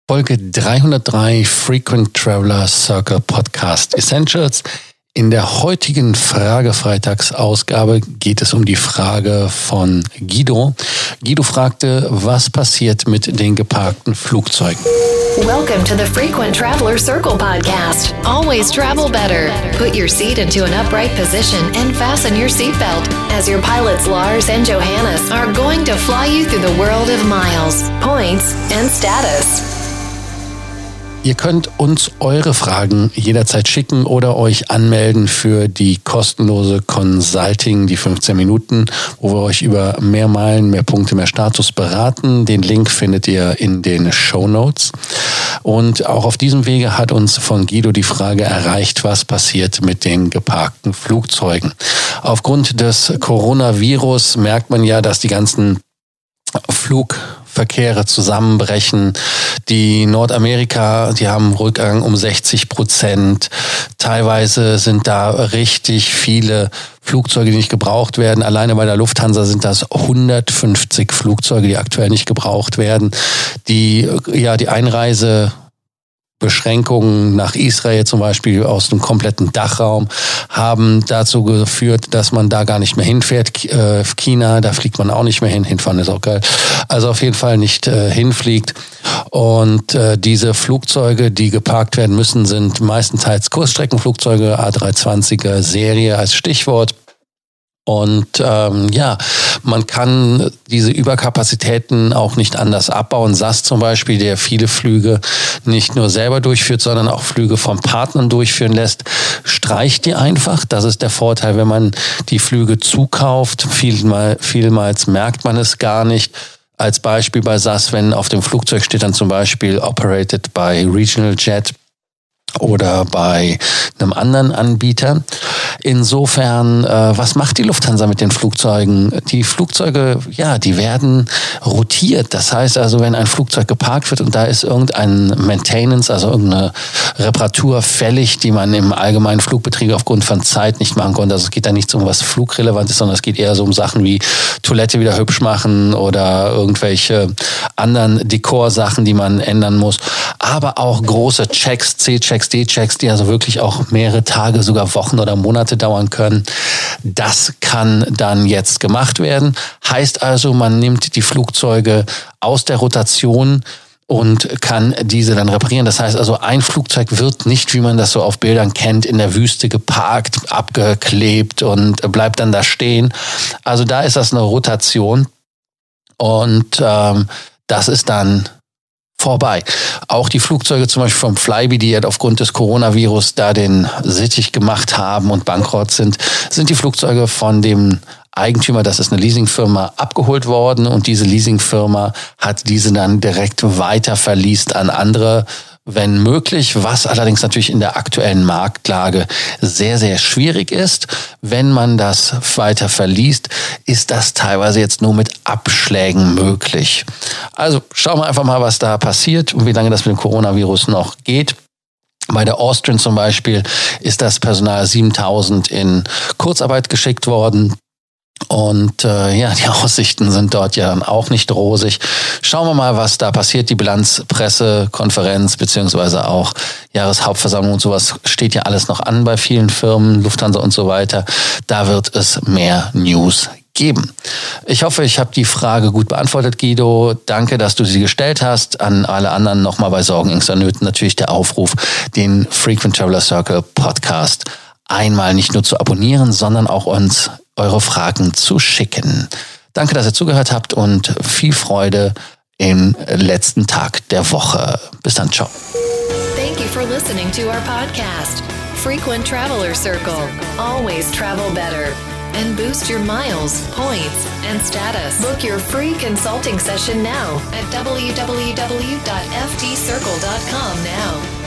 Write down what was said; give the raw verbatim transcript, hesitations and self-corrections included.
Folge dreihundertdrei Frequent Traveler Circle Podcast Essentials. In der heutigen Frage-Freitags-Ausgabe geht es um die Frage von Guido. Guido fragte, was passiert mit den geparkten Flugzeugen? Welcome to the Frequent Traveler Circle podcast. Always travel better. Put your seat into an upright position and fasten your seatbelt as your pilots Lars and Johannes are going to fly you through the world of miles, points and status. Ihr könnt uns eure Fragen jederzeit schicken oder euch anmelden für die kostenlose Consulting, die fünfzehn Minuten, wo wir euch über mehr Meilen, mehr Punkte, mehr Status beraten. Den Link findet ihr in den Shownotes. Und auch auf diesem Wege hat uns von Guido die Frage erreicht, was passiert mit den geparkten Flugzeugen. Aufgrund des Coronavirus merkt man ja, dass die ganzen Flugverkehre zusammenbrechen. Die Nordamerika, die haben Rückgang um sechzig Prozent. Teilweise sind da richtig viele Flugzeuge, die nicht gebraucht werden. Alleine bei der Lufthansa sind das hundertfünfzig Flugzeuge, die aktuell nicht gebraucht werden. Die, ja, die Einreise Beschränkungen nach Israel zum Beispiel aus dem kompletten Dachraum haben dazu geführt, dass man da gar nicht mehr hinfährt. China, da fliegt man auch nicht mehr hin. Hinfahren ist auch geil. Also auf jeden Fall nicht äh, hinfliegt. Und äh, diese Flugzeuge, die geparkt werden müssen, sind meistenteils Kurzstreckenflugzeuge, A drei zwanziger Serie als Stichwort. Und ähm, ja, man kann diese Überkapazitäten auch nicht anders abbauen. S A S zum Beispiel, der viele Flüge nicht nur selber durchführt, sondern auch Flüge von Partnern durchführen lässt, streicht die einfach. Das ist der Vorteil, wenn man die Flüge zukauft. Vielmal, vielmals merkt man es gar nicht. Als Beispiel bei S A S, wenn auf dem Flugzeug steht dann zum Beispiel Operated by Regional Jet oder bei einem anderen Anbieter. Insofern, äh, was macht die Lufthansa mit den Flugzeugen? Die Flugzeuge, ja, die werden rotiert. Das heißt also, wenn ein Flugzeug geparkt wird und da ist irgendein Maintenance, also irgendeine Reparatur fällig, die man im allgemeinen Flugbetrieb aufgrund von Zeit nicht machen konnte. Also es geht da nicht um was Flugrelevantes, sondern es geht eher so um Sachen wie Toilette wieder hübsch machen oder irgendwelche anderen Dekorsachen, die man ändern muss. Aber auch große Checks, C-Checks, D-Checks, die also wirklich auch mehrere Tage, sogar Wochen oder Monate dauern können. Das kann dann jetzt gemacht werden. Heißt also, man nimmt die Flugzeuge aus der Rotation und kann diese dann reparieren. Das heißt also, ein Flugzeug wird nicht, wie man das so auf Bildern kennt, in der Wüste geparkt, abgeklebt und bleibt dann da stehen. Also da ist das eine Rotation und ähm, das ist dann vorbei. Auch die Flugzeuge zum Beispiel vom Flybe, die jetzt aufgrund des Coronavirus da den Sittich gemacht haben und bankrott sind, sind die Flugzeuge von dem Eigentümer, das ist eine Leasingfirma, abgeholt worden und diese Leasingfirma hat diese dann direkt weiter verleast an andere, wenn möglich, was allerdings natürlich in der aktuellen Marktlage sehr, sehr schwierig ist. Wenn man das weiter verliest, ist das teilweise jetzt nur mit Abschlägen möglich. Also schauen wir einfach mal, was da passiert und wie lange das mit dem Coronavirus noch geht. Bei der Austrian zum Beispiel ist das Personal siebentausend in Kurzarbeit geschickt worden. Und äh, ja, die Aussichten sind dort ja dann auch nicht rosig. Schauen wir mal, was da passiert. Die Bilanzpressekonferenz beziehungsweise auch Jahreshauptversammlung und sowas steht ja alles noch an bei vielen Firmen, Lufthansa und so weiter. Da wird es mehr News geben. Ich hoffe, ich habe die Frage gut beantwortet, Guido. Danke, dass du sie gestellt hast. An alle anderen nochmal bei Sorgen, Ängsten, Nöten natürlich der Aufruf, den Frequent Traveler Circle Podcast einmal nicht nur zu abonnieren, sondern auch uns eure Fragen zu schicken. Danke, dass ihr zugehört habt und viel Freude im letzten Tag der Woche. Bis dann, ciao. Thank you for listening to our podcast, Frequent Traveler Circle. Always travel better. And boost your miles, points, and status. Book your free consulting session now at w w w dot f t circle dot com now.